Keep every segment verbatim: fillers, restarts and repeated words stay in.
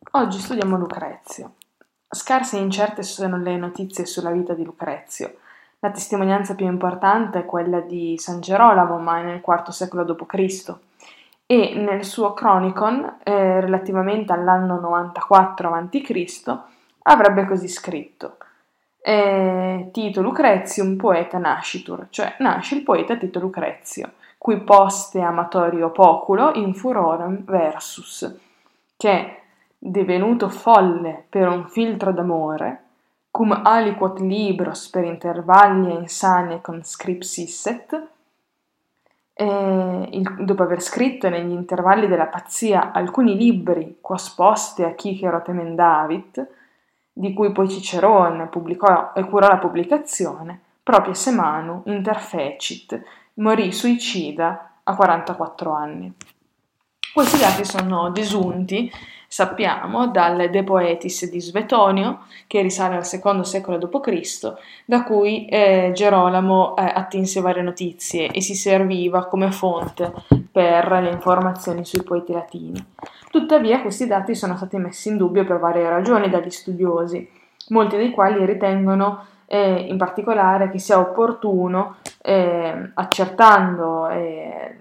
Oggi studiamo Lucrezio. Scarse e incerte sono le notizie sulla vita di Lucrezio. La testimonianza più importante è quella di San Gerolamo, ma è nel quarto secolo dopo Cristo, e nel suo Chronicon, eh, relativamente all'anno novantaquattro avanti Cristo, avrebbe così scritto: eh, Tito Lucrezium poeta nascitur, cioè nasce il poeta Tito Lucrezio, cui poste amatorio poculo in furorem versus, che divenuto folle per un filtro d'amore, cum aliquot libros per intervalli e insanie conscripsisset, e il, dopo aver scritto negli intervalli della pazzia alcuni libri quos poste a Cicero temendavit, di cui poi Cicerone pubblicò e curò la pubblicazione, proprio semanu interfecit, morì suicida a quarantaquattro anni. Questi dati sono desunti, sappiamo, dal De Poetis di Svetonio, che risale al secondo secolo dopo Cristo, da cui eh, Gerolamo eh, attinse varie notizie e si serviva come fonte per le informazioni sui poeti latini. Tuttavia questi dati sono stati messi in dubbio per varie ragioni dagli studiosi, molti dei quali ritengono eh, in particolare che sia opportuno, eh, accertando e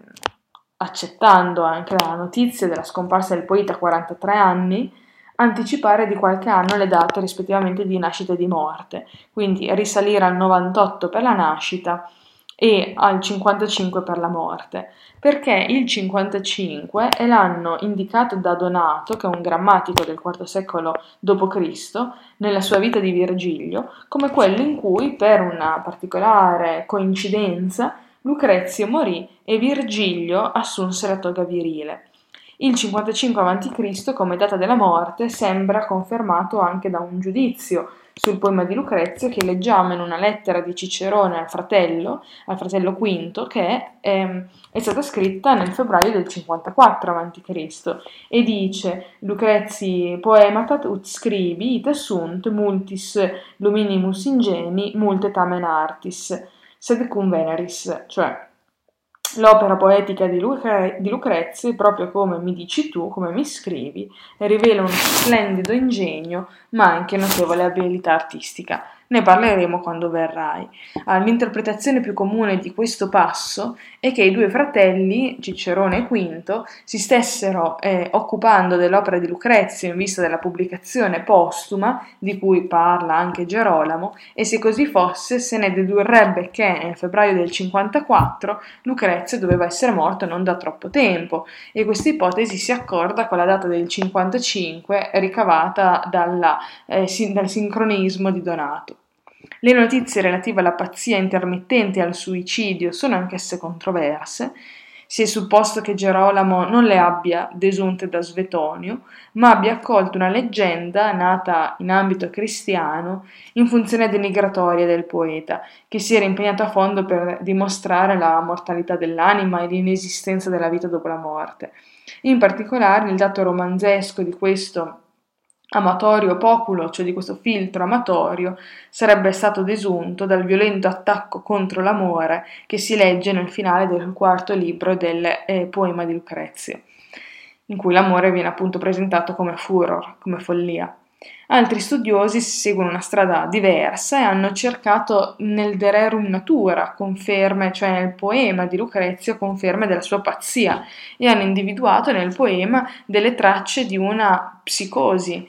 accettando anche la notizia della scomparsa del poeta a quarantatré anni, anticipare di qualche anno le date rispettivamente di nascita e di morte, quindi risalire al novantotto per la nascita e al cinquantacinque per la morte, perché il cinquantacinque è l'anno indicato da Donato, che è un grammatico del quarto secolo dopo Cristo, nella sua vita di Virgilio, come quello in cui, per una particolare coincidenza, Lucrezio morì e Virgilio assunse la toga virile. Il cinquantacinque avanti Cristo come data della morte sembra confermato anche da un giudizio sul poema di Lucrezio che leggiamo in una lettera di Cicerone al fratello, al fratello Quinto, che è, è stata scritta nel febbraio del cinquantaquattro avanti Cristo e dice: Lucrezi poematat ut scribi ita sunt multis luminimus ingeni multe tamen artis sed cum veneris, cioè l'opera poetica di, Lucre- di Lucrezio, proprio come mi dici tu, come mi scrivi, rivela un splendido ingegno, ma anche notevole abilità artistica. Ne parleremo quando verrai. Ah, l'interpretazione più comune di questo passo è che i due fratelli, Cicerone e Quinto, si stessero eh, occupando dell'opera di Lucrezio in vista della pubblicazione postuma, di cui parla anche Gerolamo, e se così fosse se ne dedurrebbe che nel febbraio del cinquantaquattro Lucrezio doveva essere morto non da troppo tempo, e questa ipotesi si accorda con la data del cinquantacinque ricavata dalla, eh, sin- dal sincronismo di Donato. Le notizie relative alla pazzia intermittente e al suicidio sono anch'esse controverse. Si è supposto che Gerolamo non le abbia desunte da Svetonio, ma abbia accolto una leggenda nata in ambito cristiano in funzione denigratoria del poeta, che si era impegnato a fondo per dimostrare la mortalità dell'anima e l'inesistenza della vita dopo la morte. In particolare, il dato romanzesco di questo amatorio poculo, cioè di questo filtro amatorio, sarebbe stato desunto dal violento attacco contro l'amore che si legge nel finale del quarto libro del eh, poema di Lucrezio, in cui l'amore viene appunto presentato come furor, come follia. Altri studiosi seguono una strada diversa e hanno cercato nel De Rerum Natura conferme, cioè nel poema di Lucrezio, conferme della sua pazzia, e hanno individuato nel poema delle tracce di una psicosi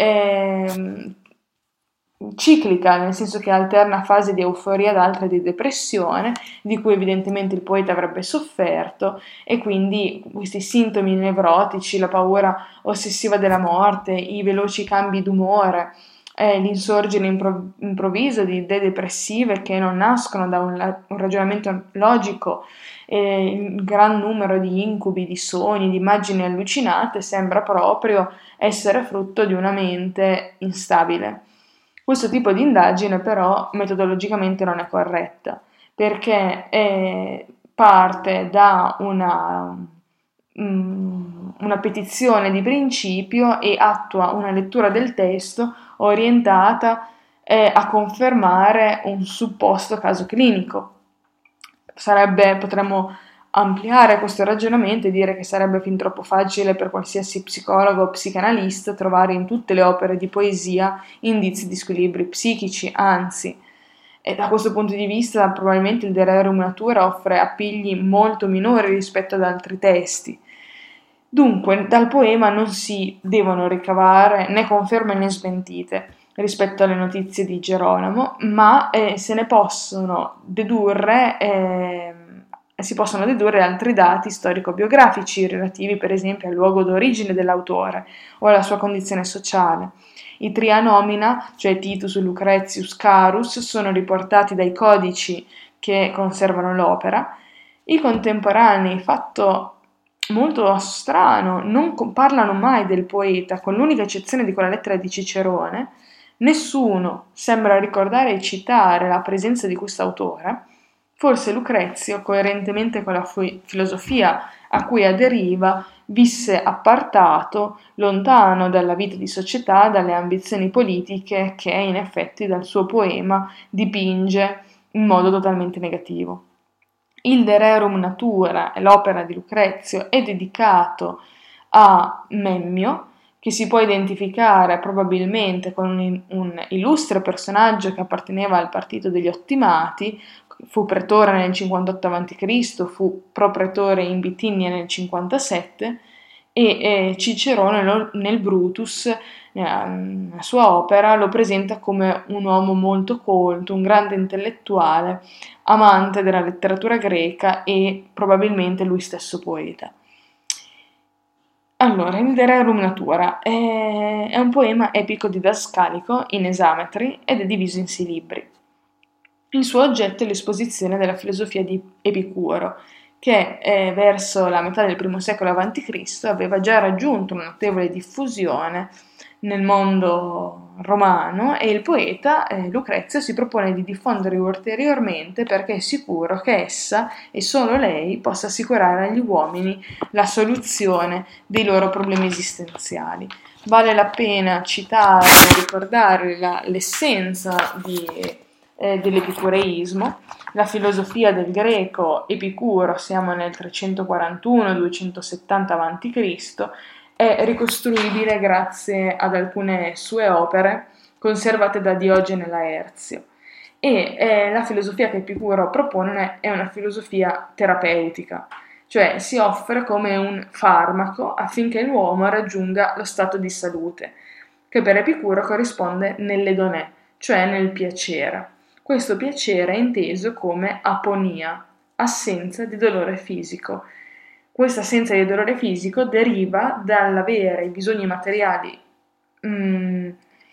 eh, ciclica, nel senso che alterna fasi di euforia ad altre di depressione, di cui evidentemente il poeta avrebbe sofferto, e quindi questi sintomi nevrotici, la paura ossessiva della morte, i veloci cambi d'umore, eh, l'insorgere impro- improvviso di idee depressive che non nascono da un, la- un ragionamento logico, eh, il gran numero di incubi, di sogni, di immagini allucinate sembra proprio essere frutto di una mente instabile. Questo tipo di indagine però metodologicamente non è corretta, perché è parte da una, mm, una petizione di principio e attua una lettura del testo orientata eh, a confermare un supposto caso clinico. Sarebbe, potremmo ampliare questo ragionamento e dire che sarebbe fin troppo facile per qualsiasi psicologo o psicanalista trovare in tutte le opere di poesia indizi di squilibri psichici, anzi, e da questo punto di vista probabilmente il De Rerum Natura offre appigli molto minori rispetto ad altri testi. Dunque, dal poema non si devono ricavare né conferme né smentite rispetto alle notizie di Gerolamo, ma eh, se ne possono dedurre, eh, si possono dedurre altri dati storico-biografici relativi per esempio al luogo d'origine dell'autore o alla sua condizione sociale. I tria nomina, cioè Titus, Lucretius, Carus, sono riportati dai codici che conservano l'opera. I contemporanei, fatto molto strano, non parlano mai del poeta, con l'unica eccezione di quella lettera di Cicerone. Nessuno sembra ricordare e citare la presenza di questo autore. Forse Lucrezio, coerentemente con la fu- filosofia a cui aderiva, visse appartato, lontano dalla vita di società, dalle ambizioni politiche che in effetti dal suo poema dipinge in modo totalmente negativo. Il De Rerum Natura, l'opera di Lucrezio, è dedicato a Memmio, che si può identificare probabilmente con un, un illustre personaggio che apparteneva al partito degli Ottimati, fu pretore nel cinquantotto avanti Cristo, fu propretore in Bitinnia nel cinquantasette e eh, Cicerone lo, nel Brutus, eh, la sua opera, lo presenta come un uomo molto colto, un grande intellettuale, amante della letteratura greca e probabilmente lui stesso poeta. Allora, il De Rerum Natura è, è un poema epico didascalico in esametri ed è diviso in sei libri. Il suo oggetto è l'esposizione della filosofia di Epicuro, che eh, verso la metà del primo secolo avanti Cristo aveva già raggiunto una notevole diffusione nel mondo romano e il poeta eh, Lucrezio si propone di diffondere ulteriormente perché è sicuro che essa e solo lei possa assicurare agli uomini la soluzione dei loro problemi esistenziali. Vale la pena citare e ricordare la, l'essenza di, eh, dell'epicureismo, la filosofia del greco Epicuro, siamo nel trecentoquarantuno duecentosettanta avanti Cristo, è ricostruibile grazie ad alcune sue opere conservate da Diogene Laerzio. E eh, la filosofia che Epicuro propone è una filosofia terapeutica, cioè si offre come un farmaco affinché l'uomo raggiunga lo stato di salute, che per Epicuro corrisponde nell'edonè, cioè nel piacere. Questo piacere è inteso come aponia, assenza di dolore fisico. Questa assenza di dolore fisico deriva dall'avere i bisogni materiali mm,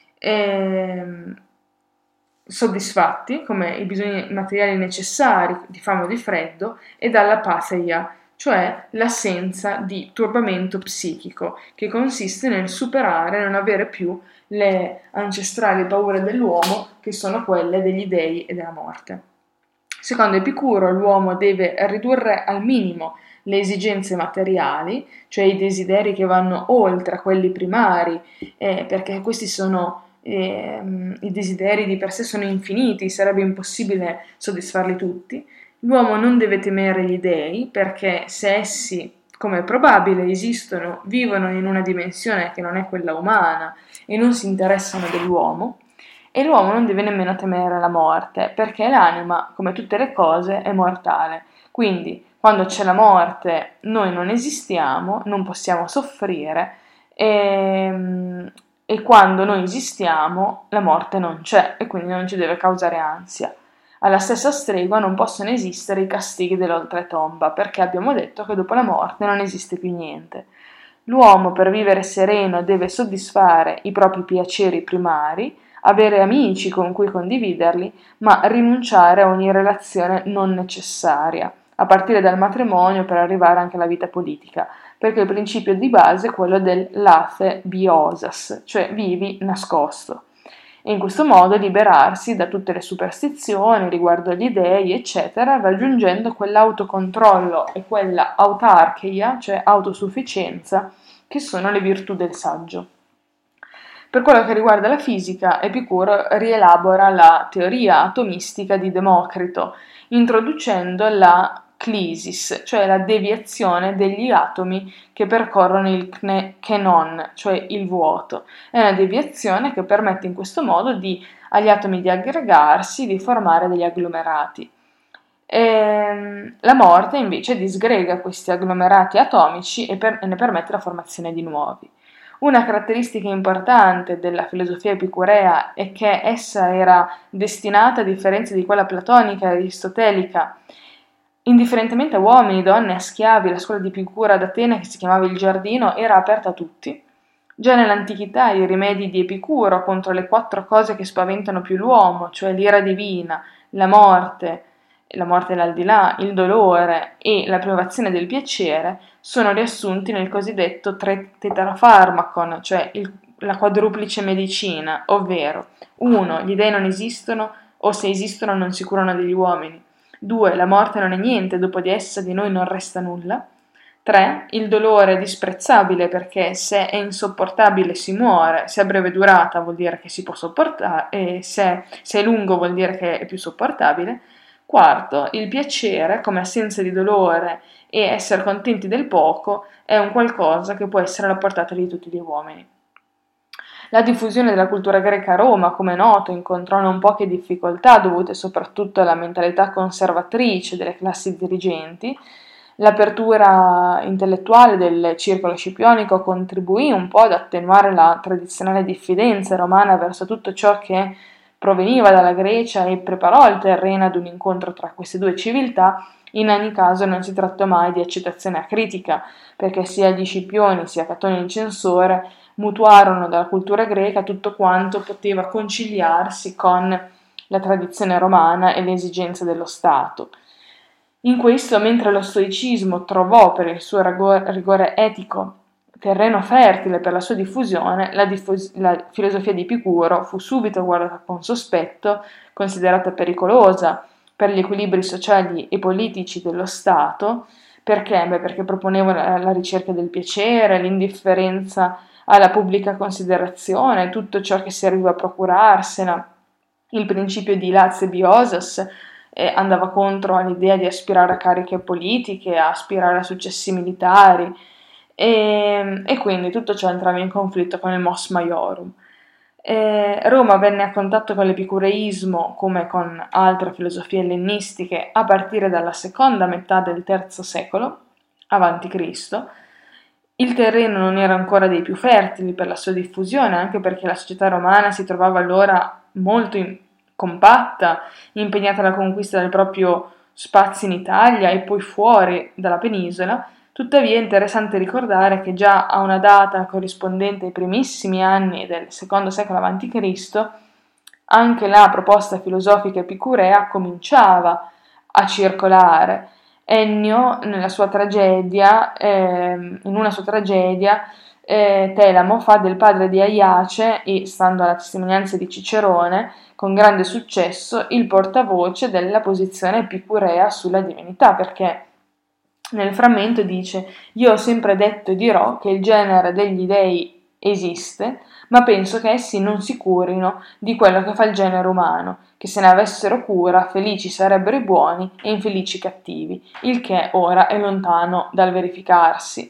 ehm, soddisfatti, come i bisogni materiali necessari di fame o di freddo, e dalla patheia, cioè l'assenza di turbamento psichico, che consiste nel superare e non avere più le ancestrali paure dell'uomo, che sono quelle degli dei e della morte. Secondo Epicuro, l'uomo deve ridurre al minimo le esigenze materiali, cioè i desideri che vanno oltre a quelli primari, eh, perché questi sono eh, i desideri di per sé sono infiniti, sarebbe impossibile soddisfarli tutti. L'uomo non deve temere gli dei, perché se essi, come è probabile, esistono, vivono in una dimensione che non è quella umana e non si interessano dell'uomo. E l'uomo non deve nemmeno temere la morte, perché l'anima, come tutte le cose, è mortale. Quindi, quando c'è la morte, noi non esistiamo, non possiamo soffrire, e, e quando noi esistiamo, la morte non c'è, e quindi non ci deve causare ansia. Alla stessa stregua non possono esistere i castighi dell'oltretomba, perché abbiamo detto che dopo la morte non esiste più niente. L'uomo, per vivere sereno, deve soddisfare i propri piaceri primari, avere amici con cui condividerli, ma rinunciare a ogni relazione non necessaria, a partire dal matrimonio per arrivare anche alla vita politica, perché il principio di base è quello del late biosas, cioè vivi nascosto. E in questo modo liberarsi da tutte le superstizioni riguardo agli dei, eccetera, raggiungendo quell'autocontrollo e quella autarchia, cioè autosufficienza, che sono le virtù del saggio. Per quello che riguarda la fisica, Epicuro rielabora la teoria atomistica di Democrito, introducendo la clisis, cioè la deviazione degli atomi che percorrono il kenon, cioè il vuoto. È una deviazione che permette in questo modo di, agli atomi di aggregarsi, di formare degli agglomerati. E la morte invece disgrega questi agglomerati atomici e, per, e ne permette la formazione di nuovi. Una caratteristica importante della filosofia epicurea è che essa era destinata, a differenza di quella platonica e aristotelica, indifferentemente a uomini, donne, a schiavi. La scuola di Epicuro ad Atene, che si chiamava il Giardino, era aperta a tutti. Già nell'antichità i rimedi di Epicuro contro le quattro cose che spaventano più l'uomo, cioè l'ira divina, la morte, la morte dall'aldilà, il dolore e la privazione del piacere, sono riassunti nel cosiddetto tetrafarmacon, cioè il, la quadruplice medicina, ovvero uno. Gli dei non esistono, o se esistono non si curano degli uomini. due. La morte non è niente, dopo di essa di noi non resta nulla. tre. Il dolore è disprezzabile perché se è insopportabile si muore, se ha breve durata vuol dire che si può sopportare e se, se è lungo vuol dire che è più sopportabile. Quarto, il piacere, come assenza di dolore e essere contenti del poco, è un qualcosa che può essere alla portata di tutti gli uomini. La diffusione della cultura greca a Roma, come è noto, incontrò non poche difficoltà dovute soprattutto alla mentalità conservatrice delle classi dirigenti. L'apertura intellettuale del circolo scipionico contribuì un po' ad attenuare la tradizionale diffidenza romana verso tutto ciò che proveniva dalla Grecia e preparò il terreno ad un incontro tra queste due civiltà. In ogni caso non si trattò mai di accettazione acritica, perché sia gli Scipioni sia Catone il censore mutuarono dalla cultura greca tutto quanto poteva conciliarsi con la tradizione romana e le esigenze dello Stato. In questo, mentre lo stoicismo trovò per il suo rigore etico terreno fertile per la sua diffusione, la, diffus- la filosofia di Epicuro fu subito guardata con sospetto, considerata pericolosa per gli equilibri sociali e politici dello Stato. Perché? Beh, perché proponeva la, la ricerca del piacere, l'indifferenza alla pubblica considerazione, tutto ciò che serviva a procurarsela. Il principio di Lazio Biosas eh, andava contro all'idea di aspirare a cariche politiche, a aspirare a successi militari, e, e quindi tutto ciò entrava in conflitto con il Mos Maiorum. Eh, Roma venne a contatto con l'epicureismo come con altre filosofie ellenistiche a partire dalla seconda metà del terzo secolo avanti Cristo. Il terreno non era ancora dei più fertili per la sua diffusione, anche perché la società romana si trovava allora molto in, compatta, impegnata alla conquista del proprio spazio in Italia e poi fuori dalla penisola. Tuttavia è interessante ricordare che già a una data corrispondente ai primissimi anni del secondo secolo avanti Cristo anche la proposta filosofica epicurea cominciava a circolare. Ennio, nella sua tragedia, eh, in una sua tragedia, eh, Telamo fa del padre di Aiace e, stando alla testimonianza di Cicerone, con grande successo, il portavoce della posizione epicurea sulla divinità, perché nel frammento dice: io ho sempre detto e dirò che il genere degli dei esiste, ma penso che essi non si curino di quello che fa il genere umano, che se ne avessero cura felici sarebbero i buoni e infelici i cattivi, il che ora è lontano dal verificarsi.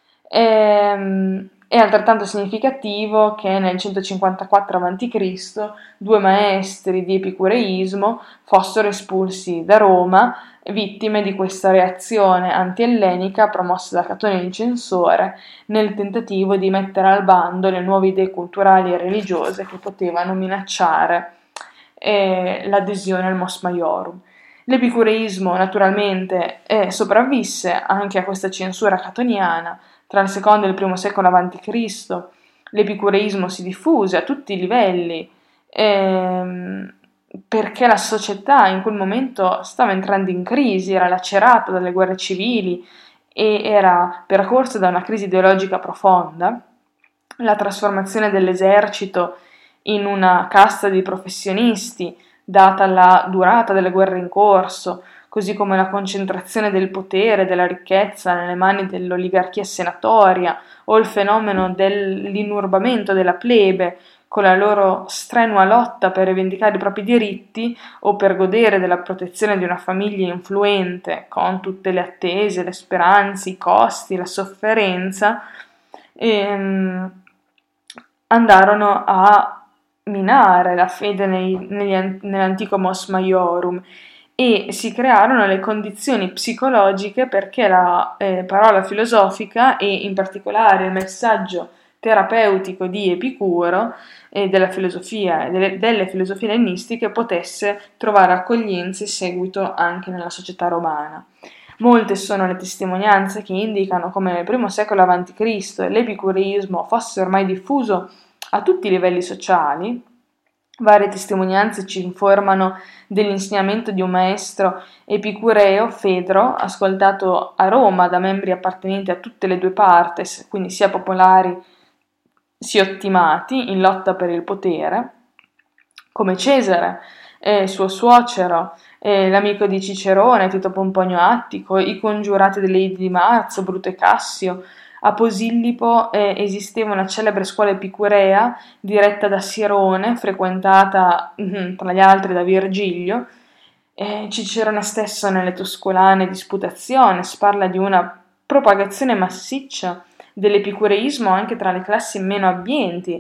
Ehm, è altrettanto significativo che nel centocinquantaquattro avanti Cristo due maestri di epicureismo fossero espulsi da Roma, vittime di questa reazione anti-ellenica promossa da Catone il censore nel tentativo di mettere al bando le nuove idee culturali e religiose che potevano minacciare eh, l'adesione al Mos Maiorum. L'epicureismo naturalmente eh, sopravvisse anche a questa censura catoniana. Tra il secondo e il primo secolo avanti Cristo l'epicureismo si diffuse a tutti i livelli, ehm, perché la società in quel momento stava entrando in crisi, era lacerata dalle guerre civili e era percorsa da una crisi ideologica profonda. La trasformazione dell'esercito in una casta di professionisti, data la durata delle guerre in corso, così come la concentrazione del potere e della ricchezza nelle mani dell'oligarchia senatoria, o il fenomeno dell'inurbamento della plebe, con la loro strenua lotta per rivendicare i propri diritti o per godere della protezione di una famiglia influente, con tutte le attese, le speranze, i costi, la sofferenza, ehm, andarono a minare la fede nei, negli, nell'antico Mos Maiorum e si crearono le condizioni psicologiche perché la eh, parola filosofica e in particolare il messaggio terapeutico di Epicuro e della filosofia, delle, delle filosofie ellenistiche potesse trovare accoglienza e seguito anche nella società romana. Molte sono le testimonianze che indicano come nel primo secolo avanti Cristo l'epicureismo fosse ormai diffuso a tutti i livelli sociali. Varie testimonianze ci informano dell'insegnamento di un maestro epicureo, Fedro, ascoltato a Roma da membri appartenenti a tutte le due partes, quindi sia popolari sia ottimati, in lotta per il potere, come Cesare, eh, suo suocero, eh, l'amico di Cicerone, Tito Pomponio Attico, i congiurati delle Idi di Marzo, Bruto e Cassio. A Posillipo eh, esisteva una celebre scuola epicurea diretta da Sirone, frequentata mm, tra gli altri da Virgilio. Eh, Cicerone stesso nelle Tuscolane Disputationes parla di una propagazione massiccia dell'epicureismo anche tra le classi meno abbienti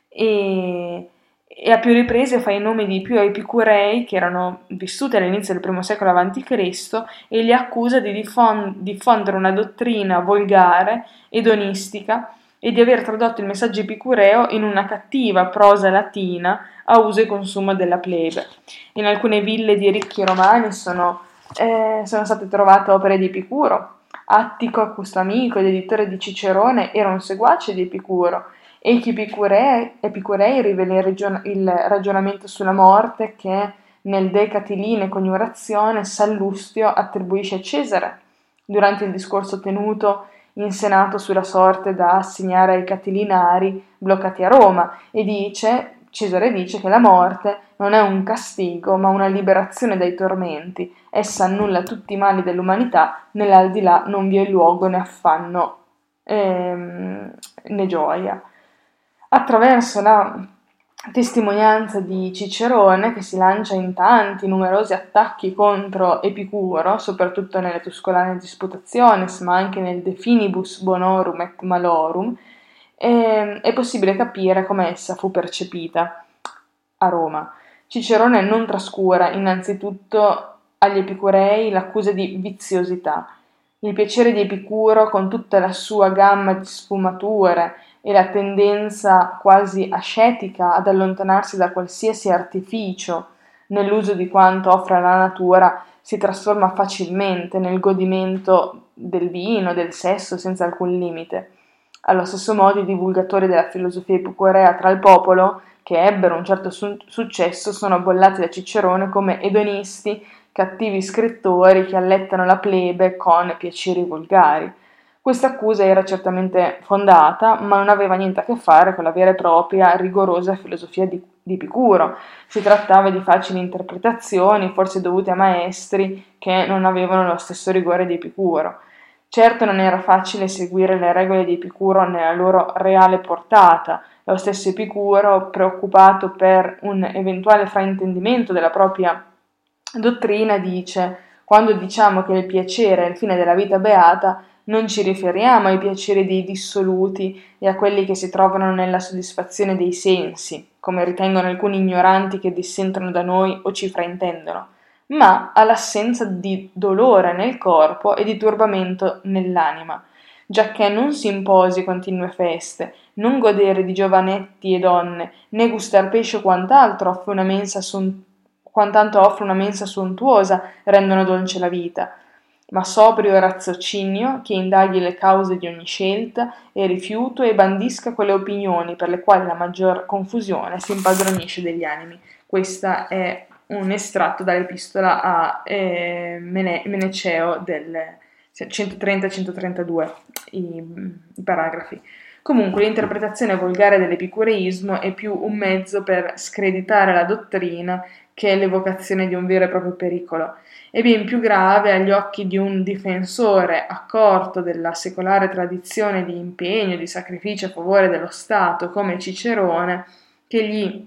e, e a più riprese fa i nomi di più epicurei che erano vissuti all'inizio del primo secolo avanti Cristo e li accusa di diffon- diffondere una dottrina volgare, edonistica e di aver tradotto il messaggio epicureo in una cattiva prosa latina a uso e consumo della plebe. In alcune ville di ricchi romani sono, eh, sono state trovate opere di Epicuro. Attico, accustamico ed editore di Cicerone, era un seguace di Epicuro e gli epicurei, epicurei rivela il, ragion- il ragionamento sulla morte che nel De Catiline Coniurazione Sallustio attribuisce a Cesare durante il discorso tenuto in Senato sulla sorte da assegnare ai catilinari bloccati a Roma e dice, Cesare dice che la morte non è un castigo ma una liberazione dai tormenti, essa annulla tutti i mali dell'umanità, nell'aldilà non vi è luogo né affanno ehm, né gioia. Attraverso la testimonianza di Cicerone, che si lancia in tanti numerosi attacchi contro Epicuro, soprattutto nelle Tuscolane Disputationes, ma anche nel De Finibus Bonorum et Malorum, eh, è possibile capire come essa fu percepita a Roma. Cicerone non trascura innanzitutto agli epicurei l'accusa di viziosità. Il piacere di Epicuro, con tutta la sua gamma di sfumature e la tendenza quasi ascetica ad allontanarsi da qualsiasi artificio nell'uso di quanto offre la natura, si trasforma facilmente nel godimento del vino, del sesso, senza alcun limite. Allo stesso modo i divulgatori della filosofia epicurea tra il popolo, che ebbero un certo su- successo, sono bollati da Cicerone come edonisti, cattivi scrittori che allettano la plebe con piaceri volgari. Questa accusa era certamente fondata, ma non aveva niente a che fare con la vera e propria rigorosa filosofia di, di Epicuro. Si trattava di facili interpretazioni, forse dovute a maestri che non avevano lo stesso rigore di Epicuro. Certo non era facile seguire le regole di Epicuro nella loro reale portata. Lo stesso Epicuro, preoccupato per un eventuale fraintendimento della propria dottrina, dice: quando diciamo che il piacere è il fine della vita beata, non ci riferiamo ai piaceri dei dissoluti e a quelli che si trovano nella soddisfazione dei sensi, come ritengono alcuni ignoranti che dissentono da noi o ci fraintendono, ma all'assenza di dolore nel corpo e di turbamento nell'anima, giacché non si imposi continue feste, non godere di giovanetti e donne, né gustar pesce o quant'altro offre una mensa son- quant'anto offre una mensa sontuosa rendono dolce la vita, ma sobrio raziocinio che indaghi le cause di ogni scelta e rifiuto e bandisca quelle opinioni per le quali la maggior confusione si impadronisce degli animi. Questa è un estratto dall'epistola a eh, Mene- Meneceo del centotrenta centotrentadue, i, i paragrafi. Comunque l'interpretazione volgare dell'epicureismo è più un mezzo per screditare la dottrina che è l'evocazione di un vero e proprio pericolo. È ben più grave agli occhi di un difensore accorto della secolare tradizione di impegno, di sacrificio a favore dello Stato come Cicerone, che gli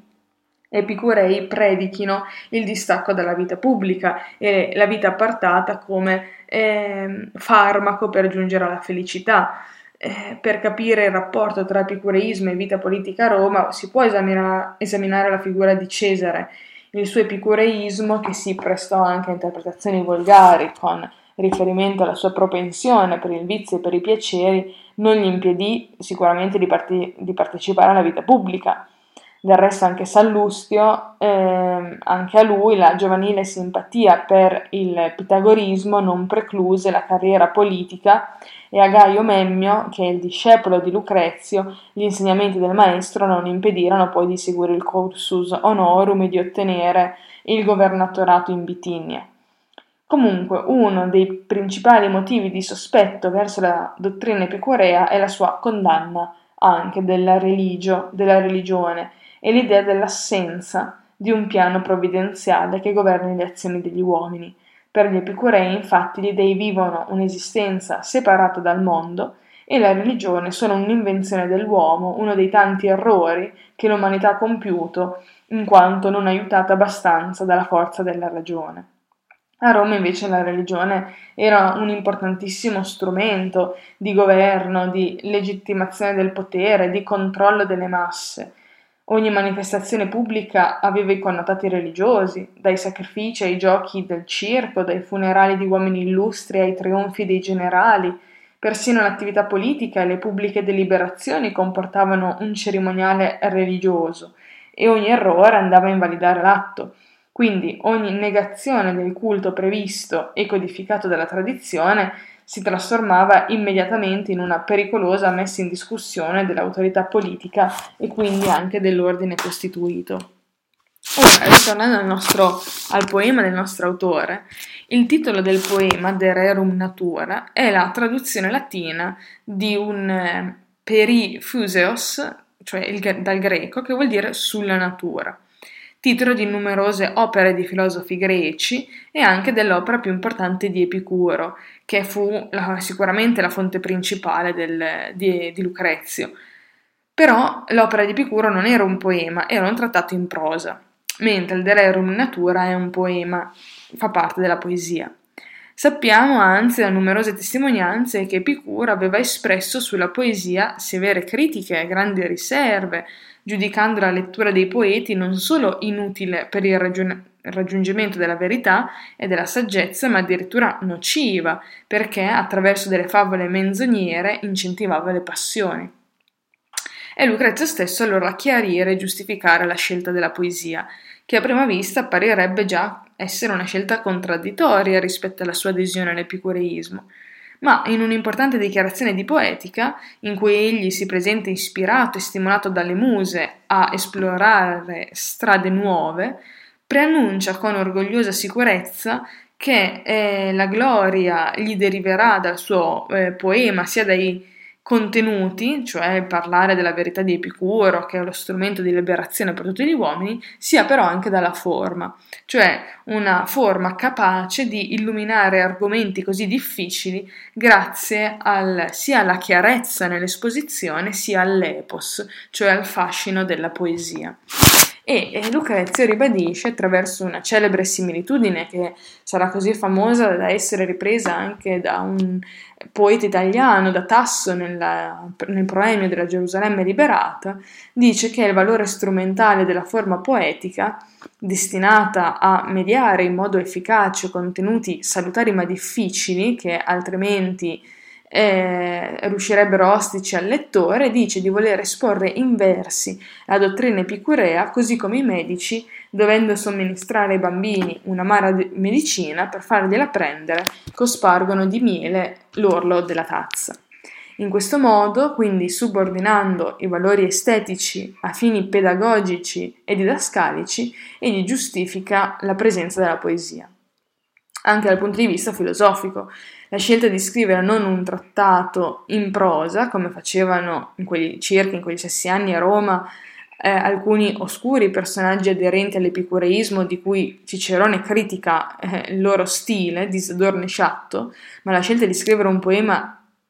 epicurei predichino il distacco dalla vita pubblica e la vita appartata come eh, farmaco per giungere alla felicità. Eh, per capire il rapporto tra epicureismo e vita politica a Roma si può esamina- esaminare la figura di Cesare, il suo epicureismo, che si prestò anche a interpretazioni volgari con riferimento alla sua propensione per il vizio e per i piaceri, non gli impedì sicuramente di, parti- di partecipare alla vita pubblica. Del resto anche Sallustio, eh, anche a lui la giovanile simpatia per il pitagorismo non precluse la carriera politica, e a Gaio Memmio, che è il discepolo di Lucrezio, gli insegnamenti del maestro non impedirono poi di seguire il cursus honorum e di ottenere il governatorato in Bitinnia. Comunque, uno dei principali motivi di sospetto verso la dottrina epicurea è la sua condanna anche della religio, della religione, e l'idea dell'assenza di un piano provvidenziale che governi le azioni degli uomini. Per gli epicurei, infatti, gli dei vivono un'esistenza separata dal mondo e la religione sono un'invenzione dell'uomo, uno dei tanti errori che l'umanità ha compiuto, in quanto non aiutata abbastanza dalla forza della ragione. A Roma invece la religione era un importantissimo strumento di governo, di legittimazione del potere, di controllo delle masse. Ogni manifestazione pubblica aveva i connotati religiosi, dai sacrifici ai giochi del circo, dai funerali di uomini illustri ai trionfi dei generali. Persino l'attività politica e le pubbliche deliberazioni comportavano un cerimoniale religioso e ogni errore andava a invalidare l'atto. Quindi ogni negazione del culto previsto e codificato dalla tradizione si trasformava immediatamente in una pericolosa messa in discussione dell'autorità politica e quindi anche dell'ordine costituito. Ora, ritornando al, nostro, al poema del nostro autore, il titolo del poema, De Rerum Natura, è la traduzione latina di un eh, peri fuseos, cioè il, dal greco, che vuol dire sulla natura, titolo di numerose opere di filosofi greci e anche dell'opera più importante di Epicuro, che fu la, sicuramente la fonte principale del, di, di Lucrezio. Però l'opera di Epicuro non era un poema, era un trattato in prosa, mentre il De Rerum Natura è un poema, fa parte della poesia. Sappiamo anzi da numerose testimonianze che Epicuro aveva espresso sulla poesia severe critiche e grandi riserve, giudicando la lettura dei poeti non solo inutile per il ragion- raggiungimento della verità e della saggezza, ma addirittura nociva, perché attraverso delle favole menzognere incentivava le passioni. È Lucrezio stesso allora a chiarire e giustificare la scelta della poesia, che a prima vista apparirebbe già essere una scelta contraddittoria rispetto alla sua adesione all'epicureismo. Ma in un'importante dichiarazione di poetica, in cui egli si presenta ispirato e stimolato dalle muse a esplorare strade nuove, preannuncia con orgogliosa sicurezza che eh, la gloria gli deriverà dal suo eh, poema sia dai contenuti, cioè parlare della verità di Epicuro, che è lo strumento di liberazione per tutti gli uomini, sia però anche dalla forma, cioè una forma capace di illuminare argomenti così difficili grazie al, sia alla chiarezza nell'esposizione sia all'epos, cioè al fascino della poesia. E, e Lucrezio ribadisce attraverso una celebre similitudine che sarà così famosa da essere ripresa anche da un poeta italiano, da Tasso nella, nel proemio della Gerusalemme liberata, dice che il valore strumentale della forma poetica, destinata a mediare in modo efficace contenuti salutari ma difficili che altrimenti Eh, riuscirebbero ostici al lettore, dice di voler esporre in versi la dottrina epicurea, così come i medici, dovendo somministrare ai bambini un'amara medicina per fargliela prendere, cospargono di miele l'orlo della tazza. In questo modo, quindi subordinando i valori estetici a fini pedagogici e didascalici, egli giustifica la presenza della poesia. Anche dal punto di vista filosofico, la scelta di scrivere non un trattato in prosa, come facevano in quei circa in quegli stessi anni a Roma eh, alcuni oscuri personaggi aderenti all'epicureismo di cui Cicerone critica eh, il loro stile, Disadorno e Sciatto, ma la scelta di scrivere un poema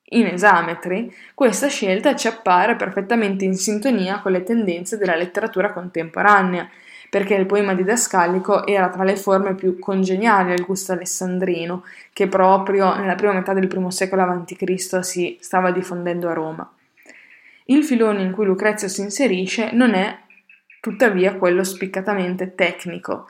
in esametri, questa scelta ci appare perfettamente in sintonia con le tendenze della letteratura contemporanea, perché il poema didascalico era tra le forme più congeniali al gusto alessandrino, che proprio nella prima metà del primo secolo avanti Cristo si stava diffondendo a Roma. Il filone in cui Lucrezio si inserisce non è tuttavia quello spiccatamente tecnico,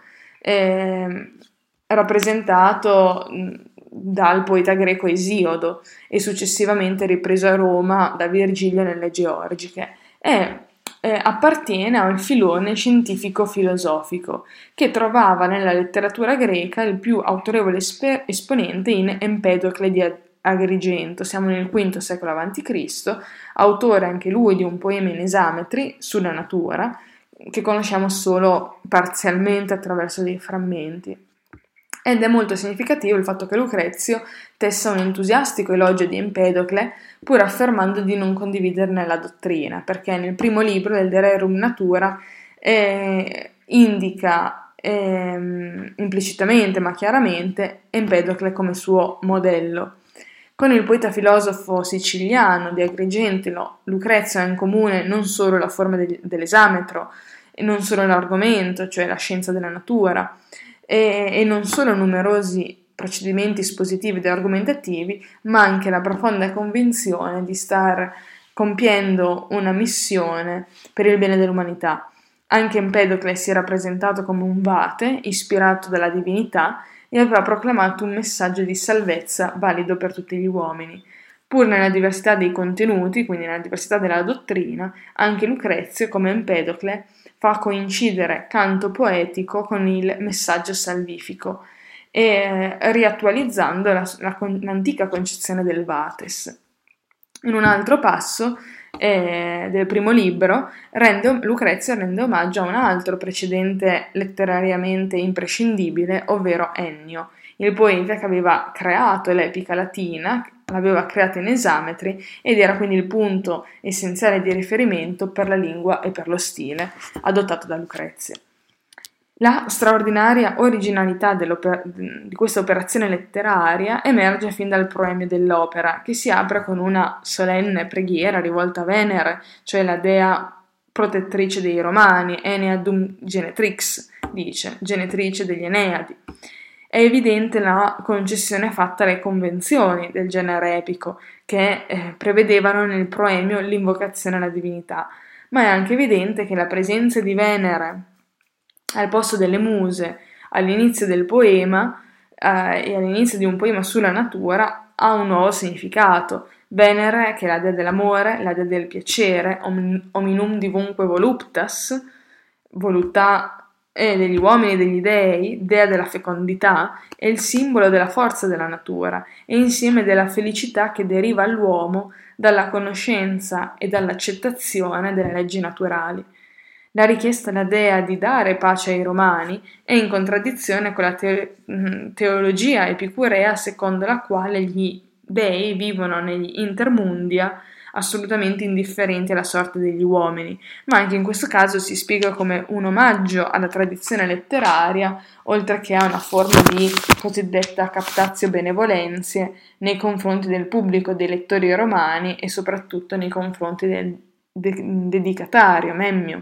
eh, rappresentato dal poeta greco Esiodo e successivamente ripreso a Roma da Virgilio nelle Georgiche, e eh, appartiene al filone scientifico-filosofico che trovava nella letteratura greca il più autorevole esper- esponente in Empedocle di Agrigento, siamo nel quinto secolo avanti Cristo, autore anche lui di un poema in esametri sulla natura, che conosciamo solo parzialmente attraverso dei frammenti. Ed è molto significativo il fatto che Lucrezio tessa un entusiastico elogio di Empedocle, pur affermando di non condividerne la dottrina, perché nel primo libro del De Rerum Natura eh, indica eh, implicitamente ma chiaramente Empedocle come suo modello. Con il poeta filosofo siciliano di Agrigento, Lucrezio ha in comune non solo la forma de- dell'esametro, e non solo l'argomento, cioè la scienza della natura, e, e non solo numerosi procedimenti espositivi ed argomentativi, ma anche la profonda convinzione di star compiendo una missione per il bene dell'umanità. Anche Empedocle si era presentato come un vate, ispirato dalla divinità, e aveva proclamato un messaggio di salvezza valido per tutti gli uomini. Pur nella diversità dei contenuti, quindi nella diversità della dottrina, anche Lucrezio, come Empedocle, fa coincidere canto poetico con il messaggio salvifico, e riattualizzando la, la, l'antica concezione del Vates. In un altro passo eh, del primo libro, rende, Lucrezio rende omaggio a un altro precedente letterariamente imprescindibile, ovvero Ennio, il poeta che aveva creato l'epica latina, l'aveva creata in esametri ed era quindi il punto essenziale di riferimento per la lingua e per lo stile adottato da Lucrezio. La straordinaria originalità di questa operazione letteraria emerge fin dal proemio dell'opera, che si apre con una solenne preghiera rivolta a Venere, cioè la dea protettrice dei Romani, Eneadum Genetrix, dice, genetrice degli Eneadi. È evidente la concessione fatta alle convenzioni del genere epico, che eh, prevedevano nel proemio l'invocazione alla divinità, ma è anche evidente che la presenza di Venere al posto delle muse all'inizio del poema eh, e all'inizio di un poema sulla natura ha un nuovo significato. Venere, che è la dea dell'amore, la dea del piacere, hominum divunque voluptas, voluttà eh, degli uomini e degli dei, dea della fecondità, è il simbolo della forza della natura e insieme della felicità che deriva all'uomo dalla conoscenza e dall'accettazione delle leggi naturali. La richiesta alla dea di dare pace ai Romani è in contraddizione con la te- teologia epicurea secondo la quale gli dei vivono negli intermundia assolutamente indifferenti alla sorte degli uomini, ma anche in questo caso si spiega come un omaggio alla tradizione letteraria, oltre che a una forma di cosiddetta captatio benevolenzie nei confronti del pubblico dei lettori romani e soprattutto nei confronti del de- dedicatario, Memmio.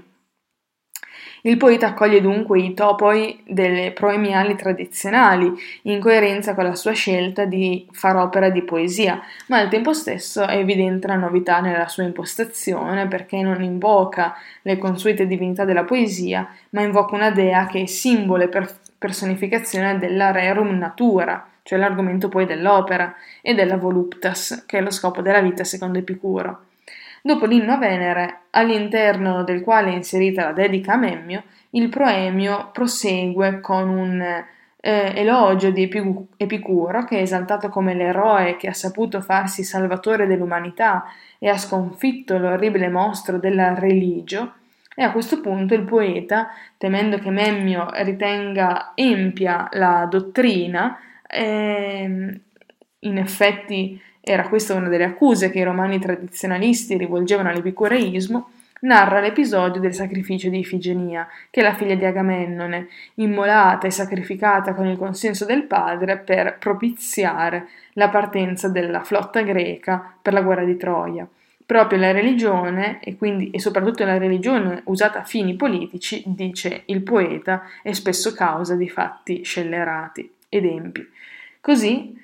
Il poeta accoglie dunque i topoi delle proemiali tradizionali, in coerenza con la sua scelta di far opera di poesia, ma al tempo stesso è evidente la novità nella sua impostazione, perché non invoca le consuete divinità della poesia, ma invoca una dea che è simbolo e per- personificazione della rerum natura, cioè l'argomento poi dell'opera, e della voluptas, che è lo scopo della vita secondo Epicuro. Dopo l'inno a Venere, all'interno del quale è inserita la dedica a Memmio, il proemio prosegue con un eh, elogio di Epicuro, che è esaltato come l'eroe che ha saputo farsi salvatore dell'umanità e ha sconfitto l'orribile mostro della religio, e a questo punto il poeta, temendo che Memmio ritenga empia la dottrina, eh, in effetti era questa una delle accuse che i romani tradizionalisti rivolgevano all'epicureismo, narra l'episodio del sacrificio di Ifigenia, che è la figlia di Agamennone, immolata e sacrificata con il consenso del padre per propiziare la partenza della flotta greca per la guerra di Troia. Proprio la religione, e quindi e soprattutto la religione usata a fini politici, dice il poeta, è spesso causa di fatti scellerati ed empi. Così,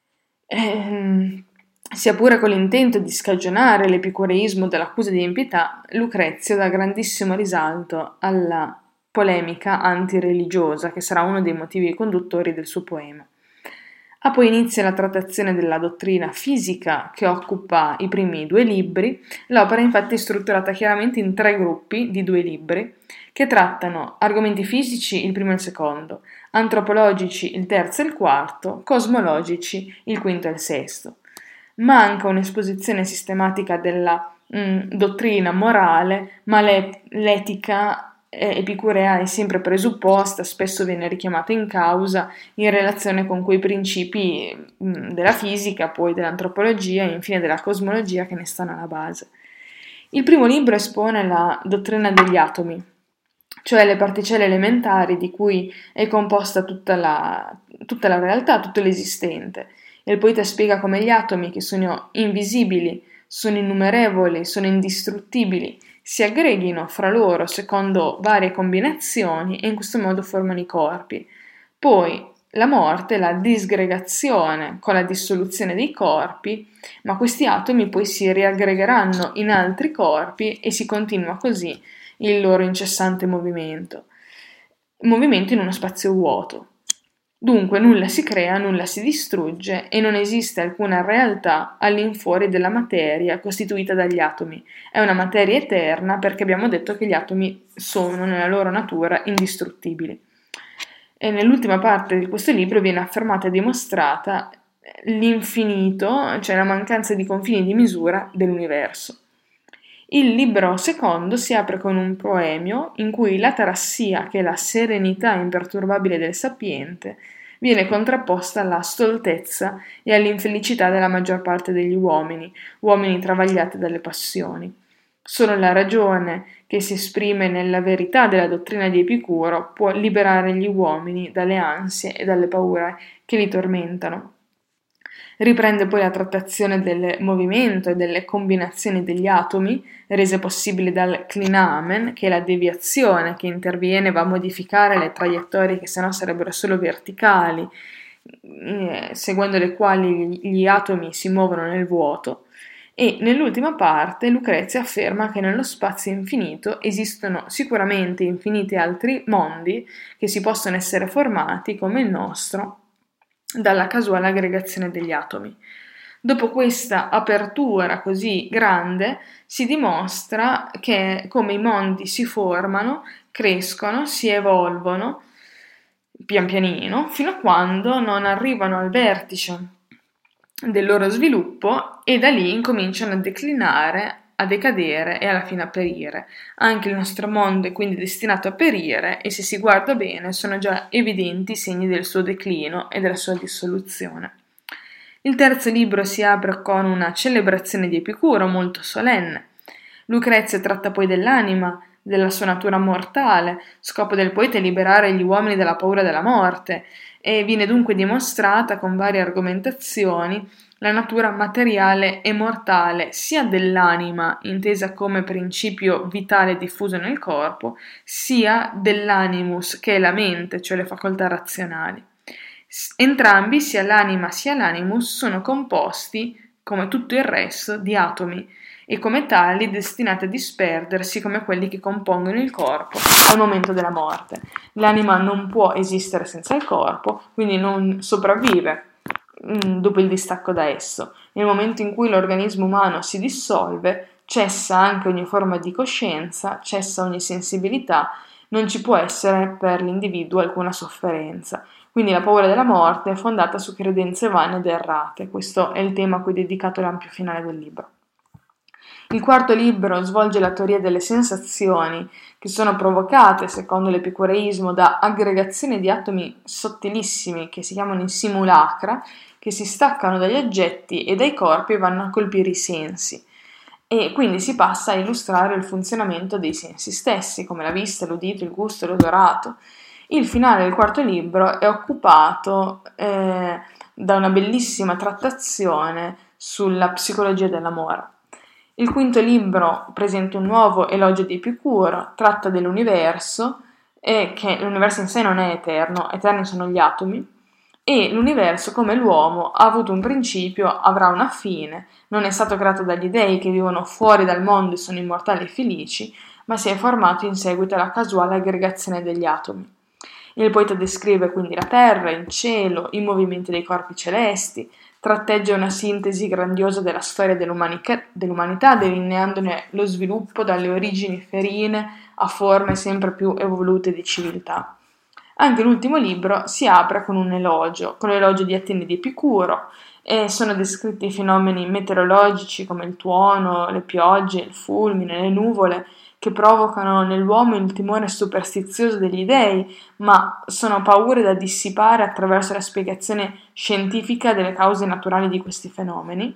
ehm, sia pure con l'intento di scagionare l'epicureismo dell'accusa di impietà, Lucrezio dà grandissimo risalto alla polemica antireligiosa, che sarà uno dei motivi conduttori del suo poema. Ha poi inizia la trattazione della dottrina fisica, che occupa i primi due libri. L'opera infatti è strutturata chiaramente in tre gruppi di due libri, che trattano argomenti fisici il primo e il secondo, antropologici il terzo e il quarto, cosmologici il quinto e il sesto. Manca un'esposizione sistematica della mh, dottrina morale, ma le, l'etica epicurea è sempre presupposta, spesso viene richiamata in causa in relazione con quei principi mh, della fisica, poi dell'antropologia e infine della cosmologia che ne stanno alla base. Il primo libro espone la dottrina degli atomi, cioè le particelle elementari di cui è composta tutta la, tutta la realtà, tutto l'esistente. Il poeta spiega come gli atomi, che sono invisibili, sono innumerevoli, sono indistruttibili, si aggreghino fra loro secondo varie combinazioni e in questo modo formano i corpi. Poi la morte, la disgregazione con la dissoluzione dei corpi, ma questi atomi poi si riaggregheranno in altri corpi e si continua così il loro incessante movimento. Movimento in uno spazio vuoto. Dunque nulla si crea, nulla si distrugge e non esiste alcuna realtà all'infuori della materia costituita dagli atomi. È una materia eterna perché abbiamo detto che gli atomi sono nella loro natura indistruttibili. E nell'ultima parte di questo libro viene affermata e dimostrata l'infinito, cioè la mancanza di confini di misura dell'universo. Il libro secondo si apre con un proemio in cui l'atarassia, che è la serenità imperturbabile del sapiente, viene contrapposta alla stoltezza e all'infelicità della maggior parte degli uomini, uomini travagliati dalle passioni. Solo la ragione, che si esprime nella verità della dottrina di Epicuro, può liberare gli uomini dalle ansie e dalle paure che li tormentano. Riprende poi la trattazione del movimento e delle combinazioni degli atomi, rese possibili dal clinamen, che è la deviazione che interviene e va a modificare le traiettorie che sennò sarebbero solo verticali, eh, seguendo le quali gli atomi si muovono nel vuoto. E nell'ultima parte Lucrezia afferma che nello spazio infinito esistono sicuramente infiniti altri mondi che si possono essere formati come il nostro dalla casuale aggregazione degli atomi. Dopo questa apertura così grande si dimostra che come i mondi si formano, crescono, si evolvono pian pianino fino a quando non arrivano al vertice del loro sviluppo e da lì incominciano a declinare, a decadere e alla fine a perire. Anche il nostro mondo è quindi destinato a perire e se si guarda bene sono già evidenti i segni del suo declino e della sua dissoluzione. Il terzo libro si apre con una celebrazione di Epicuro molto solenne. Lucrezia tratta poi dell'anima, della sua natura mortale, scopo del poeta è liberare gli uomini dalla paura della morte e viene dunque dimostrata con varie argomentazioni la natura materiale e mortale sia dell'anima, intesa come principio vitale diffuso nel corpo, sia dell'animus, che è la mente, cioè le facoltà razionali. Entrambi, sia l'anima sia l'animus, sono composti, come tutto il resto, di atomi e come tali destinati a disperdersi come quelli che compongono il corpo al momento della morte. L'anima non può esistere senza il corpo, quindi non sopravvive dopo il distacco da esso. Nel momento in cui l'organismo umano si dissolve, cessa anche ogni forma di coscienza, cessa ogni sensibilità, non ci può essere per l'individuo alcuna sofferenza. Quindi la paura della morte è fondata su credenze vane ed errate. Questo è il tema a cui è dedicato l'ampio finale del libro. Il quarto libro svolge la teoria delle sensazioni che sono provocate, secondo l'epicureismo, da aggregazioni di atomi sottilissimi che si chiamano i simulacra, che si staccano dagli oggetti e dai corpi e vanno a colpire i sensi. e quindi si passa a illustrare il funzionamento dei sensi stessi, come la vista, l'udito, il gusto e l'odorato. Il finale del quarto libro è occupato eh, da una bellissima trattazione sulla psicologia dell'amore. Il quinto libro presenta un nuovo elogio di Epicuro, tratta dell'universo, e che l'universo in sé non è eterno, eterni sono gli atomi, e l'universo, come l'uomo, ha avuto un principio, avrà una fine, non è stato creato dagli dei che vivono fuori dal mondo e sono immortali e felici, ma si è formato in seguito alla casuale aggregazione degli atomi. Il poeta descrive quindi la terra, il cielo, i movimenti dei corpi celesti, tratteggia una sintesi grandiosa della storia dell'umanica- dell'umanità, delineandone lo sviluppo dalle origini ferine a forme sempre più evolute di civiltà. Anche l'ultimo libro si apre con un elogio, con l'elogio di Atene di Epicuro, e sono descritti fenomeni meteorologici come il tuono, le piogge, il fulmine, le nuvole, che provocano nell'uomo il timore superstizioso degli dei, ma sono paure da dissipare attraverso la spiegazione scientifica delle cause naturali di questi fenomeni.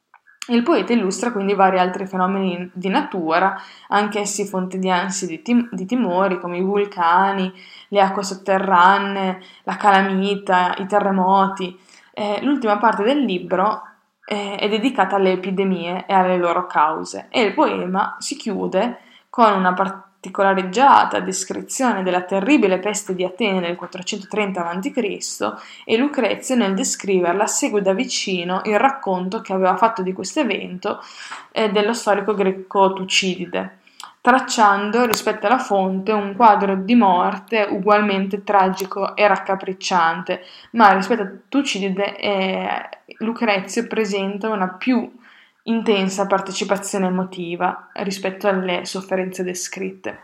Il poeta illustra quindi vari altri fenomeni di natura, anch'essi fonte di ansie e di, tim- di timori, come i vulcani, le acque sotterranee, la calamita, i terremoti. Eh, l'ultima parte del libro eh, è dedicata alle epidemie e alle loro cause, e il poema si chiude con una particolareggiata descrizione della terribile peste di Atene nel quattrocentotrenta avanti Cristo, e Lucrezio, nel descriverla, segue da vicino il racconto che aveva fatto di questo evento eh, dello storico greco Tucidide, tracciando rispetto alla fonte un quadro di morte ugualmente tragico e raccapricciante, ma rispetto a Tucidide eh, Lucrezio presenta una più intensa partecipazione emotiva rispetto alle sofferenze descritte.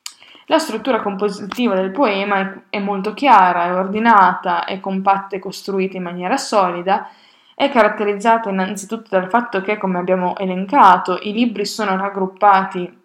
La struttura compositiva del poema è, è molto chiara, è ordinata, è compatta e costruita in maniera solida, è caratterizzata innanzitutto dal fatto che, come abbiamo elencato, i libri sono raggruppati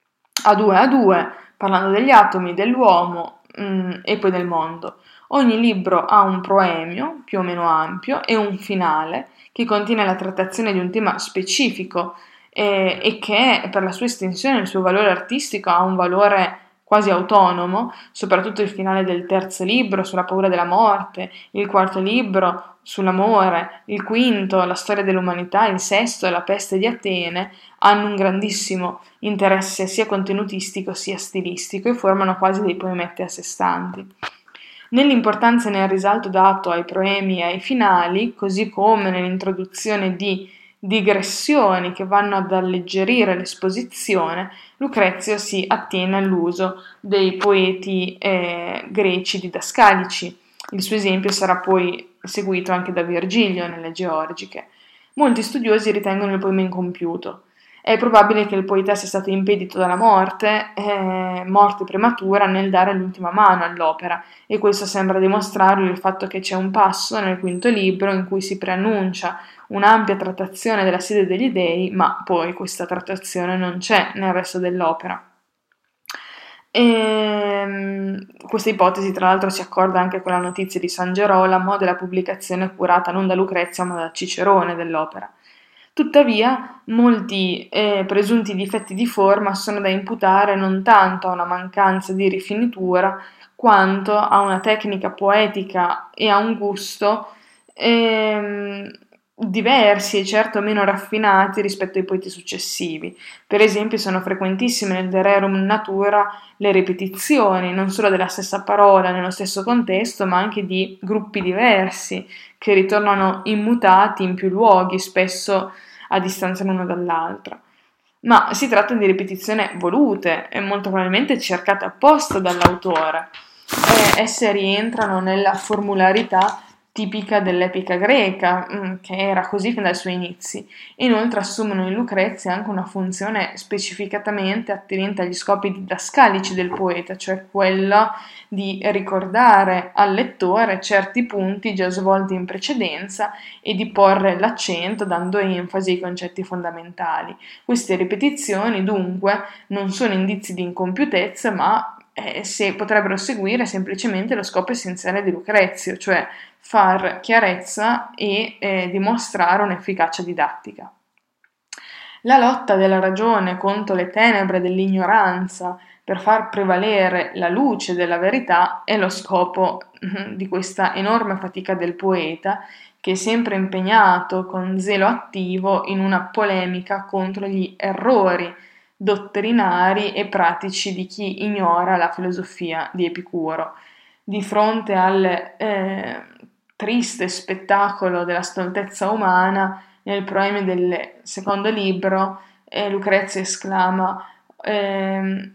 a due a due, parlando degli atomi, dell'uomo mh, e poi del mondo. Ogni libro ha un proemio, più o meno ampio, e un finale, che contiene la trattazione di un tema specifico eh, e che per la sua estensione e il suo valore artistico ha un valore quasi autonomo, soprattutto il finale del terzo libro sulla paura della morte, il quarto libro sull'amore, il quinto la storia dell'umanità, il sesto la peste di Atene, hanno un grandissimo interesse sia contenutistico sia stilistico e formano quasi dei poemetti a sé stanti. Nell'importanza e nel risalto dato ai proemi e ai finali, così come nell'introduzione di digressioni che vanno ad alleggerire l'esposizione, Lucrezio si attiene all'uso dei poeti eh, greci didascalici. Il suo esempio sarà poi seguito anche da Virgilio nelle Georgiche. Molti studiosi ritengono il poema incompiuto. È probabile che il poeta sia stato impedito dalla morte, eh, morte prematura, nel dare l'ultima mano all'opera, e questo sembra dimostrarlo il fatto che c'è un passo nel quinto libro in cui si preannuncia un'ampia trattazione della sede degli dei, ma poi questa trattazione non c'è nel resto dell'opera. E, questa ipotesi tra l'altro si accorda anche con la notizia di San Gerolamo della pubblicazione curata non da Lucrezio ma da Cicerone dell'opera. Tuttavia, molti eh, presunti difetti di forma sono da imputare non tanto a una mancanza di rifinitura, quanto a una tecnica poetica e a un gusto ehm, diversi e certo meno raffinati rispetto ai poeti successivi. Per esempio, sono frequentissime nel De Rerum Natura le ripetizioni, non solo della stessa parola nello stesso contesto, ma anche di gruppi diversi, che ritornano immutati in più luoghi, spesso a distanza l'uno dall'altra. Ma si tratta di ripetizioni volute e molto probabilmente cercate apposta dall'autore. E esse rientrano nella formularità tipica dell'epica greca, che era così fin dai suoi inizi. Inoltre assumono in Lucrezia anche una funzione specificatamente attinente agli scopi didascalici del poeta, cioè quella di ricordare al lettore certi punti già svolti in precedenza e di porre l'accento dando enfasi ai concetti fondamentali. Queste ripetizioni, dunque, non sono indizi di incompiutezza, ma eh, se potrebbero seguire semplicemente lo scopo essenziale di Lucrezio, cioè far chiarezza e eh, dimostrare un'efficacia didattica. La lotta della ragione contro le tenebre dell'ignoranza per far prevalere la luce della verità è lo scopo di questa enorme fatica del poeta, che è sempre impegnato con zelo attivo in una polemica contro gli errori dottrinari e pratici di chi ignora la filosofia di Epicuro. Di fronte al eh, triste spettacolo della stoltezza umana, nel proemio del secondo libro, eh, Lucrezia esclama ehm,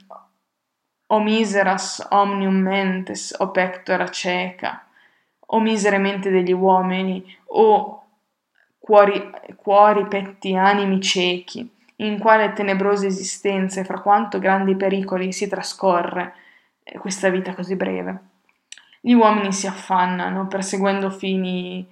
O miseras omnium mentes, o pectora cieca, o misere mente degli uomini, o cuori, cuori petti animi ciechi, in quale tenebrosa esistenza e fra quanto grandi pericoli si trascorre questa vita così breve. Gli uomini si affannano perseguendo fini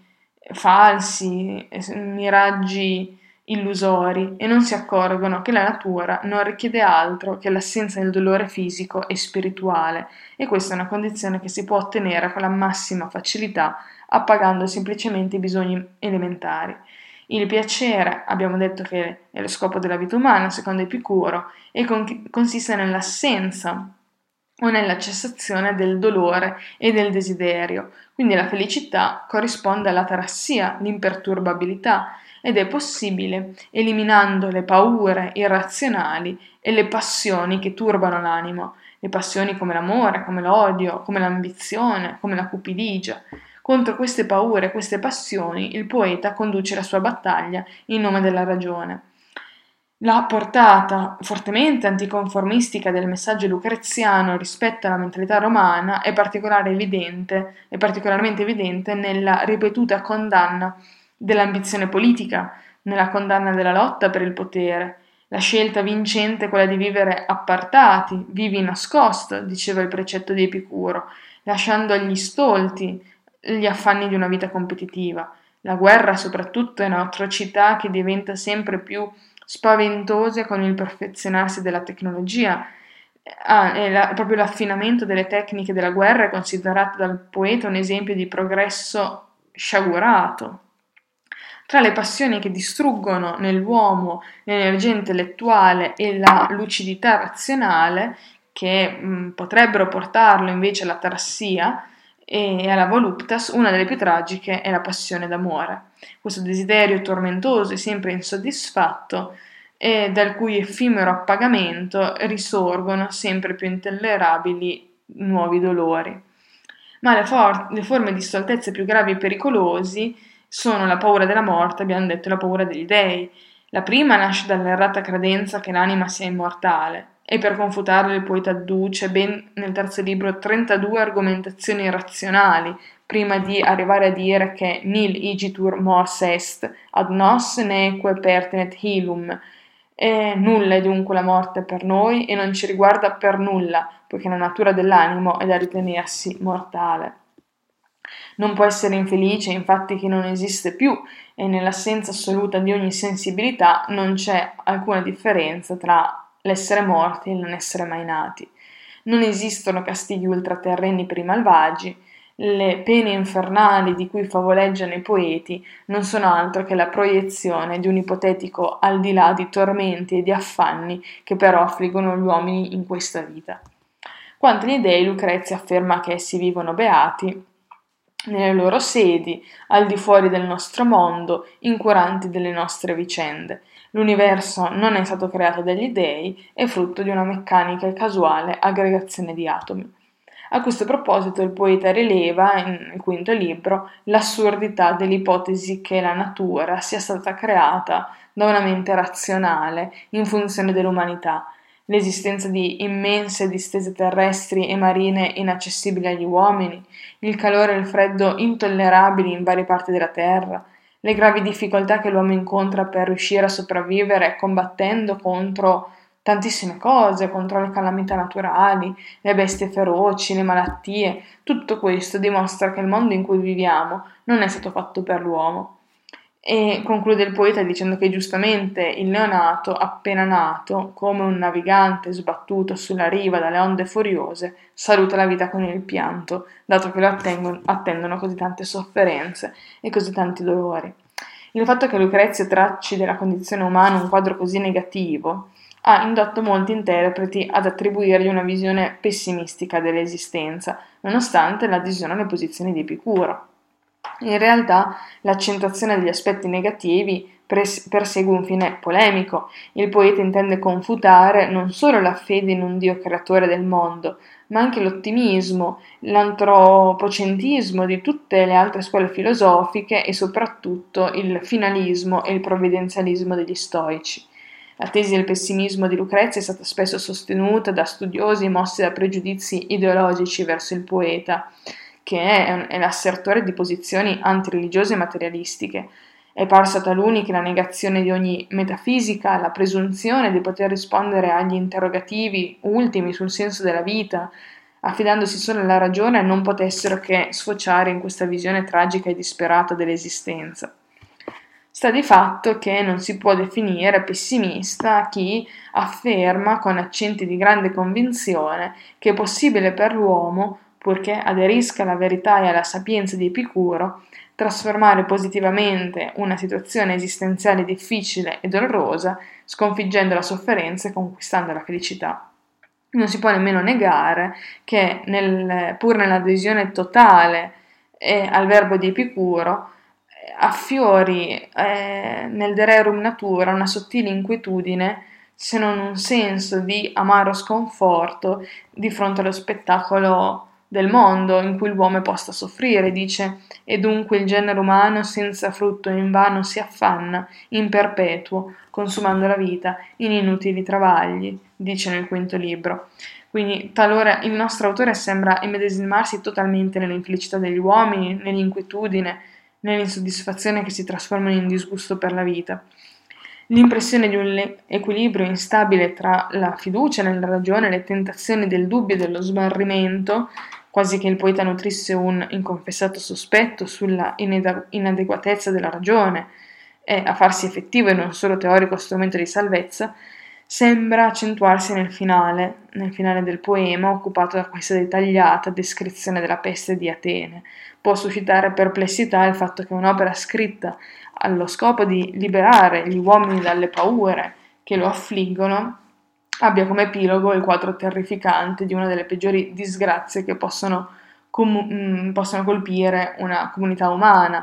falsi, miraggi illusori e non si accorgono che la natura non richiede altro che l'assenza del dolore fisico e spirituale, e questa è una condizione che si può ottenere con la massima facilità appagando semplicemente i bisogni elementari. Il piacere, abbiamo detto che è lo scopo della vita umana, secondo Epicuro, e con- consiste nell'assenza o nella cessazione del dolore e del desiderio. Quindi la felicità corrisponde alla tarassia, l'imperturbabilità, ed è possibile eliminando le paure irrazionali e le passioni che turbano l'animo, le passioni come l'amore, come l'odio, come l'ambizione, come la cupidigia. Contro queste paure e queste passioni il poeta conduce la sua battaglia in nome della ragione. La portata fortemente anticonformistica del messaggio lucreziano rispetto alla mentalità romana è, particolare evidente, è particolarmente evidente nella ripetuta condanna dell'ambizione politica, nella condanna della lotta per il potere. La scelta vincente è quella di vivere appartati, vivi nascosto, diceva il precetto di Epicuro, lasciando agli stolti gli affanni di una vita competitiva. La guerra soprattutto è un'atrocità che diventa sempre più spaventose con il perfezionarsi della tecnologia. Ah, e la, proprio l'affinamento delle tecniche della guerra è considerato dal poeta un esempio di progresso sciagurato. Tra le passioni che distruggono nell'uomo l'energia intellettuale e la lucidità razionale, che mh, potrebbero portarlo invece alla tarassia e alla voluptas, una delle più tragiche è la passione d'amore. Questo desiderio tormentoso e sempre insoddisfatto, e dal cui effimero appagamento risorgono sempre più intollerabili nuovi dolori. Ma le, for- le forme di stoltezza più gravi e pericolosi sono la paura della morte, abbiamo detto, e la paura degli dei. La prima nasce dall'errata credenza che l'anima sia immortale, e per confutarla il poeta adduce ben nel terzo libro trentadue argomentazioni razionali prima di arrivare a dire che nil igitur mors est, ad nos neque pertinet hilum, e nulla è dunque la morte per noi e non ci riguarda per nulla, poiché la natura dell'animo è da ritenersi mortale. Non può essere infelice, infatti, chi non esiste più, e nell'assenza assoluta di ogni sensibilità non c'è alcuna differenza tra l'essere morti e il non essere mai nati. Non esistono castighi ultraterreni per i malvagi, le pene infernali di cui favoleggiano i poeti non sono altro che la proiezione di un ipotetico al di là di tormenti e di affanni che però affliggono gli uomini in questa vita. Quanto agli dei, Lucrezia afferma che essi vivono beati nelle loro sedi, al di fuori del nostro mondo, incuranti delle nostre vicende. L'universo non è stato creato dagli dei, è frutto di una meccanica e casuale aggregazione di atomi. A questo proposito il poeta rileva, nel quinto libro, l'assurdità dell'ipotesi che la natura sia stata creata da una mente razionale in funzione dell'umanità. L'esistenza di immense distese terrestri e marine inaccessibili agli uomini, il calore e il freddo intollerabili in varie parti della terra, le gravi difficoltà che l'uomo incontra per riuscire a sopravvivere combattendo contro tantissime cose, contro le calamità naturali, le bestie feroci, le malattie, tutto questo dimostra che il mondo in cui viviamo non è stato fatto per l'uomo. E conclude il poeta dicendo che giustamente il neonato, appena nato, come un navigante sbattuto sulla riva dalle onde furiose, saluta la vita con il pianto, dato che lo attengono, attendono così tante sofferenze e così tanti dolori. Il fatto che Lucrezio tracci della condizione umana un quadro così negativo ha indotto molti interpreti ad attribuirgli una visione pessimistica dell'esistenza, nonostante l'adesione alle posizioni di Epicuro. In realtà, l'accentuazione degli aspetti negativi pres- persegue un fine polemico. Il poeta intende confutare non solo la fede in un Dio creatore del mondo, ma anche l'ottimismo, l'antropocentrismo di tutte le altre scuole filosofiche e soprattutto il finalismo e il provvidenzialismo degli stoici. La tesi del pessimismo di Lucrezia è stata spesso sostenuta da studiosi mossi da pregiudizi ideologici verso il poeta, che è, è l'assertore di posizioni antireligiose e materialistiche. È parso a taluni che la negazione di ogni metafisica, la presunzione di poter rispondere agli interrogativi ultimi sul senso della vita, affidandosi solo alla ragione, non potessero che sfociare in questa visione tragica e disperata dell'esistenza. Sta di fatto che non si può definire pessimista chi afferma con accenti di grande convinzione che è possibile per l'uomo, purché aderisca alla verità e alla sapienza di Epicuro, trasformare positivamente una situazione esistenziale difficile e dolorosa, sconfiggendo la sofferenza e conquistando la felicità. Non si può nemmeno negare che, nel, pur nell'adesione totale eh, al verbo di Epicuro, affiori eh, nel De Rerum Natura una sottile inquietudine, se non un senso di amaro sconforto di fronte allo spettacolo del mondo in cui l'uomo è posto a soffrire. Dice: e dunque il genere umano senza frutto invano si affanna in perpetuo, consumando la vita in inutili travagli, dice nel quinto libro. Quindi talora il nostro autore sembra immedesimarsi totalmente nell'infelicità degli uomini, nell'inquietudine, nell'insoddisfazione che si trasformano in disgusto per la vita. L'impressione di un equilibrio instabile tra la fiducia nella ragione, le tentazioni del dubbio e dello smarrimento, quasi che il poeta nutrisse un inconfessato sospetto sulla inade- inadeguatezza della ragione e a farsi effettivo e non solo teorico strumento di salvezza, sembra accentuarsi nel finale, nel finale del poema, occupato da questa dettagliata descrizione della peste di Atene. Può suscitare perplessità il fatto che un'opera scritta allo scopo di liberare gli uomini dalle paure che lo affliggono abbia come epilogo il quadro terrificante di una delle peggiori disgrazie che possono, com- mh, possono colpire una comunità umana.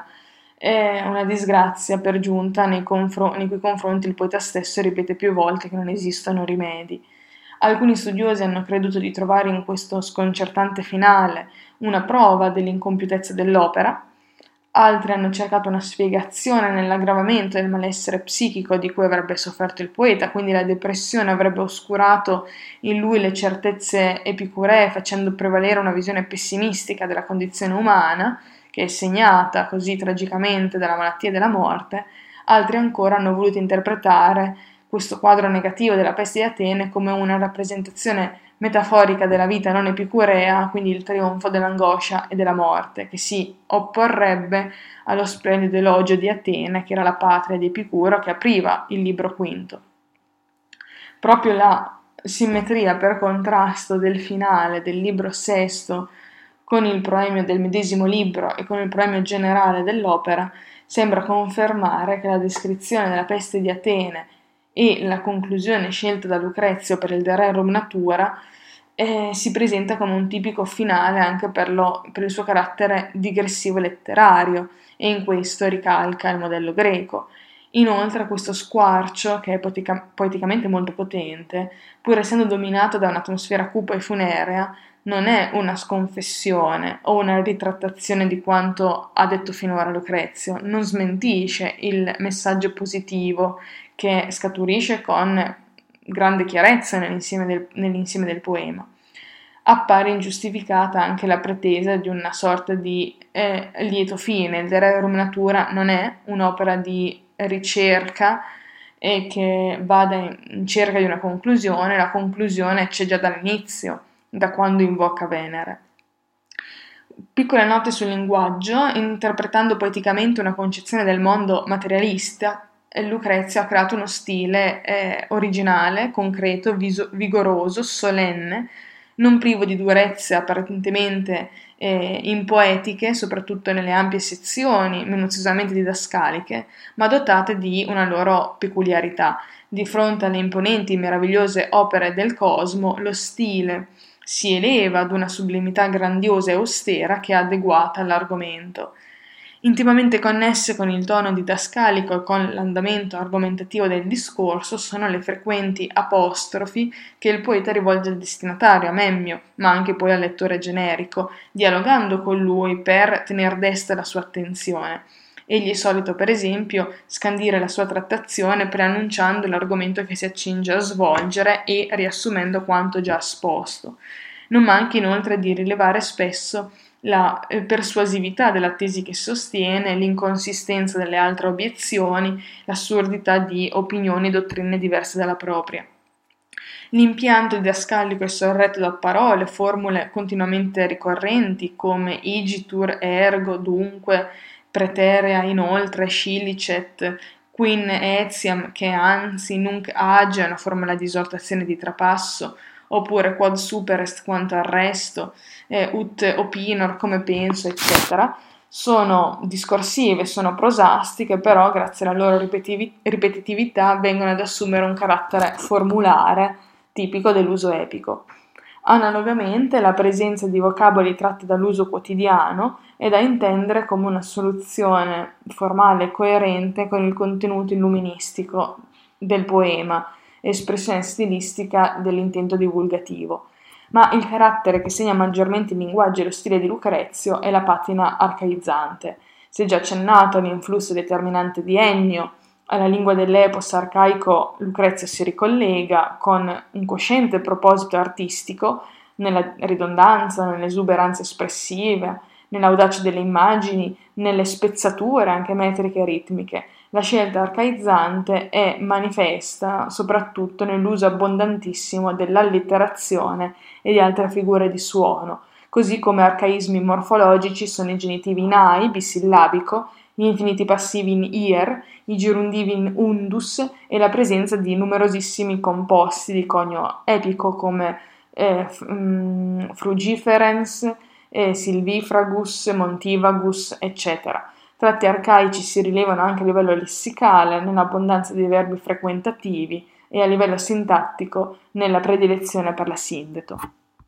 È una disgrazia per giunta nei, confron- nei cui confronti il poeta stesso ripete più volte che non esistono rimedi. Alcuni studiosi hanno creduto di trovare in questo sconcertante finale una prova dell'incompiutezza dell'opera, altri hanno cercato una spiegazione nell'aggravamento del malessere psichico di cui avrebbe sofferto il poeta, quindi la depressione avrebbe oscurato in lui le certezze epicuree, facendo prevalere una visione pessimistica della condizione umana, che è segnata così tragicamente dalla malattia e dalla morte. Altri ancora hanno voluto interpretare questo quadro negativo della peste di Atene come una rappresentazione metaforica della vita non epicurea, quindi il trionfo dell'angoscia e della morte, che si opporrebbe allo splendido elogio di Atene, che era la patria di Epicuro, che apriva il libro quinto. Proprio la simmetria per contrasto del finale del libro sesto con il proemio del medesimo libro e con il proemio generale dell'opera sembra confermare che la descrizione della peste di Atene e la conclusione scelta da Lucrezio per il De Rerum Natura eh, si presenta come un tipico finale anche per, lo, per il suo carattere digressivo letterario, e in questo ricalca il modello greco. Inoltre questo squarcio, che è poetica, poeticamente molto potente, pur essendo dominato da un'atmosfera cupa e funerea, non è una sconfessione o una ritrattazione di quanto ha detto finora Lucrezio, non smentisce il messaggio positivo che scaturisce con grande chiarezza nell'insieme del, nell'insieme del poema. Appare ingiustificata anche la pretesa di una sorta di eh, lieto fine. Il De Rerum Natura non è un'opera di ricerca e che vada in cerca di una conclusione, la conclusione c'è già dall'inizio, da quando invoca Venere. Piccole note sul linguaggio: interpretando poeticamente una concezione del mondo materialista, Lucrezio ha creato uno stile eh, originale, concreto, viso- vigoroso, solenne, non privo di durezze apparentemente eh, impoetiche, soprattutto nelle ampie sezioni minuziosamente didascaliche, ma dotate di una loro peculiarità. Di fronte alle imponenti e meravigliose opere del Cosmo, lo stile si eleva ad una sublimità grandiosa e austera che è adeguata all'argomento. Intimamente connesse con il tono didascalico e con l'andamento argomentativo del discorso sono le frequenti apostrofi che il poeta rivolge al destinatario, a Memmio, ma anche poi al lettore generico, dialogando con lui per tener desta la sua attenzione. Egli è solito, per esempio, scandire la sua trattazione preannunciando l'argomento che si accinge a svolgere e riassumendo quanto già esposto. Non manca inoltre di rilevare spesso la eh, persuasività della tesi che sostiene, l'inconsistenza delle altre obiezioni, l'assurdità di opinioni e dottrine diverse dalla propria. L'impianto didascalico è sorretto da parole, formule continuamente ricorrenti come igitur, ergo, dunque, preterea, inoltre, scilicet, quin etiam, che anzi, nunc age, una formula di esortazione di trapasso, oppure quod super est quanto al resto, eh, ut opinor, come penso, eccetera, sono discorsive, sono prosastiche, però grazie alla loro ripetivi- ripetitività vengono ad assumere un carattere formulare tipico dell'uso epico. Analogamente, la presenza di vocaboli tratti dall'uso quotidiano è da intendere come una soluzione formale coerente con il contenuto illuministico del poema, espressione stilistica dell'intento divulgativo. Ma il carattere che segna maggiormente il linguaggio e lo stile di Lucrezio è la patina arcaizzante. Si è già accennato all'influsso determinante di Ennio. Alla lingua dell'epos arcaico Lucrezio si ricollega con un cosciente proposito artistico nella ridondanza, nell'esuberanza espressiva, nell'audacia delle immagini, nelle spezzature anche metriche e ritmiche. La scelta arcaizzante è manifesta soprattutto nell'uso abbondantissimo dell'allitterazione e di altre figure di suono, così come arcaismi morfologici sono i genitivi in ai, bisillabico, gli infiniti passivi in ier, i gerundivi in undus e la presenza di numerosissimi composti di conio epico come eh, f- mm, frugiferens, eh, silvifragus, montivagus, eccetera. Tratti arcaici si rilevano anche a livello lessicale, nell'abbondanza dei verbi frequentativi e a livello sintattico, nella predilezione per la sindeto.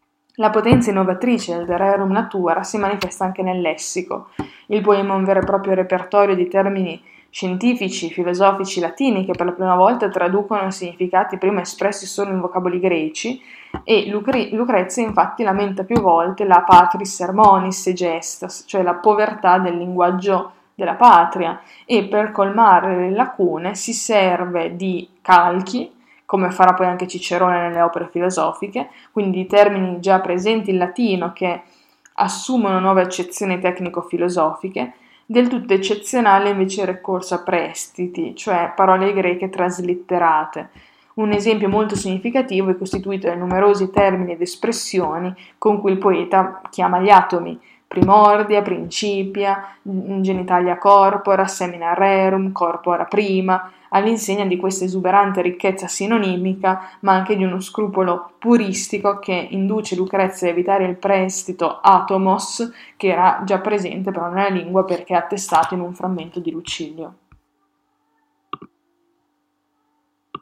La potenza innovatrice del De Rerum Natura si manifesta anche nel lessico. Il poema è un vero e proprio repertorio di termini scientifici, filosofici latini che per la prima volta traducono significati prima espressi solo in vocaboli greci e Lucre- Lucrezia infatti lamenta più volte la patris sermonis e gestas, cioè la povertà del linguaggio della patria, e per colmare le lacune si serve di calchi, come farà poi anche Cicerone nelle opere filosofiche, quindi di termini già presenti in latino che assumono nuove accezioni tecnico-filosofiche. Del tutto eccezionale invece il ricorso a prestiti, cioè parole greche traslitterate. Un esempio molto significativo è costituito dai numerosi termini ed espressioni con cui il poeta chiama gli atomi: primordia, principia, genitalia corpora, semina rerum, corpora prima, all'insegna di questa esuberante ricchezza sinonimica, ma anche di uno scrupolo puristico che induce Lucrezia a evitare il prestito atomos, che era già presente però nella lingua perché attestato in un frammento di Lucilio.